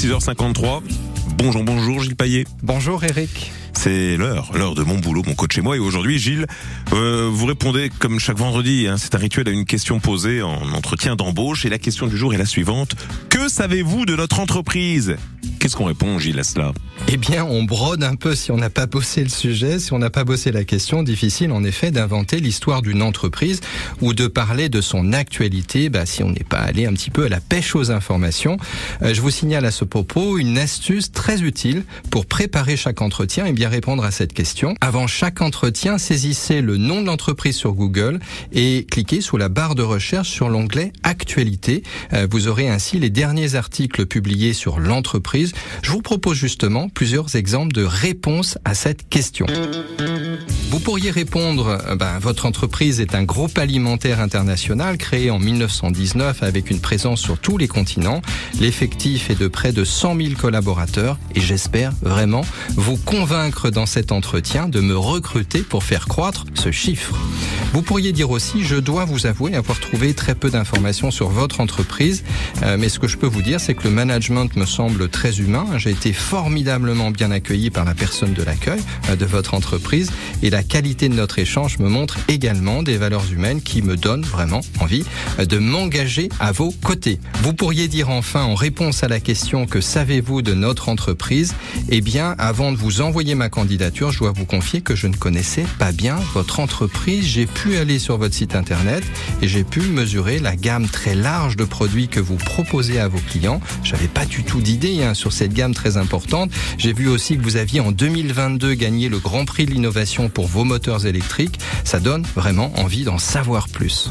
6h53. Bonjour Gilles Payet. Bonjour Eric. C'est l'heure de mon boulot, mon coach chez moi. Et aujourd'hui, Gilles, vous répondez comme chaque vendredi. C'est un rituel à une question posée en entretien d'embauche. Et la question du jour est la suivante. Que savez-vous de notre entreprise ? Qu'est-ce qu'on répond, Gilles, à cela ? Eh bien, on brode un peu si on n'a pas bossé le sujet, si on n'a pas bossé la question. Difficile, en effet, d'inventer l'histoire d'une entreprise ou de parler de son actualité, si on n'est pas allé un petit peu à la pêche aux informations. Je vous signale à ce propos une astuce très utile pour préparer chaque entretien et bien répondre à cette question. Avant chaque entretien, saisissez le nom de l'entreprise sur Google et cliquez sous la barre de recherche sur l'onglet Actualité. Vous aurez ainsi les derniers articles publiés sur l'entreprise. Je vous propose justement plusieurs exemples de réponses à cette question. Vous pourriez répondre, votre entreprise est un groupe alimentaire international créé en 1919 avec une présence sur tous les continents. L'effectif est de près de 100 000 collaborateurs et j'espère vraiment vous convaincre dans cet entretien de me recruter pour faire croître ce chiffre. Vous pourriez dire aussi, je dois vous avouer avoir trouvé très peu d'informations sur votre entreprise, mais ce que je peux vous dire, c'est que le management me semble très humain. J'ai été formidablement bien accueilli par la personne de l'accueil de votre entreprise et la qualité de notre échange me montre également des valeurs humaines qui me donnent vraiment envie de m'engager à vos côtés. Vous pourriez dire enfin en réponse à la question que savez-vous de notre entreprise ? Eh bien, avant de vous envoyer ma candidature, je dois vous confier que je ne connaissais pas bien votre entreprise. J'ai pu aller sur votre site internet et j'ai pu mesurer la gamme très large de produits que vous proposez à vos clients. J'avais pas du tout d'idée sur cette gamme très importante. J'ai vu aussi que vous aviez en 2022 gagné le Grand Prix de l'innovation pour vos moteurs électriques. Ça donne vraiment envie d'en savoir plus.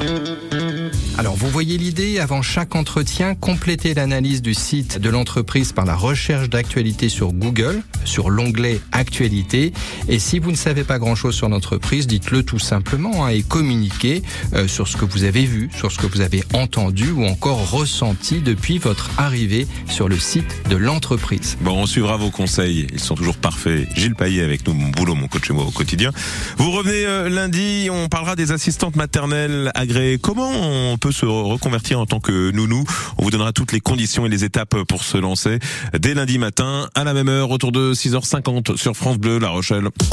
Alors vous voyez l'idée, avant chaque entretien, complétez l'analyse du site de l'entreprise par la recherche d'actualité sur Google, sur l'onglet Actualité. Et si vous ne savez pas grand-chose sur l'entreprise, dites-le tout simplement et communiquez sur ce que vous avez vu, sur ce que vous avez entendu ou encore ressenti depuis votre arrivée sur le site de l'entreprise. Bon, on suivra vos conseils, ils sont toujours parfaits. Gilles Payet avec nous, mon boulot, mon coach chez moi au quotidien. Vous revenez lundi, on parlera des assistantes maternelles agréées. Comment on peut se reconvertir en tant que nounou ? On vous donnera toutes les conditions et les étapes pour se lancer dès lundi matin à la même heure, autour de 6h50 sur France Bleu La Rochelle.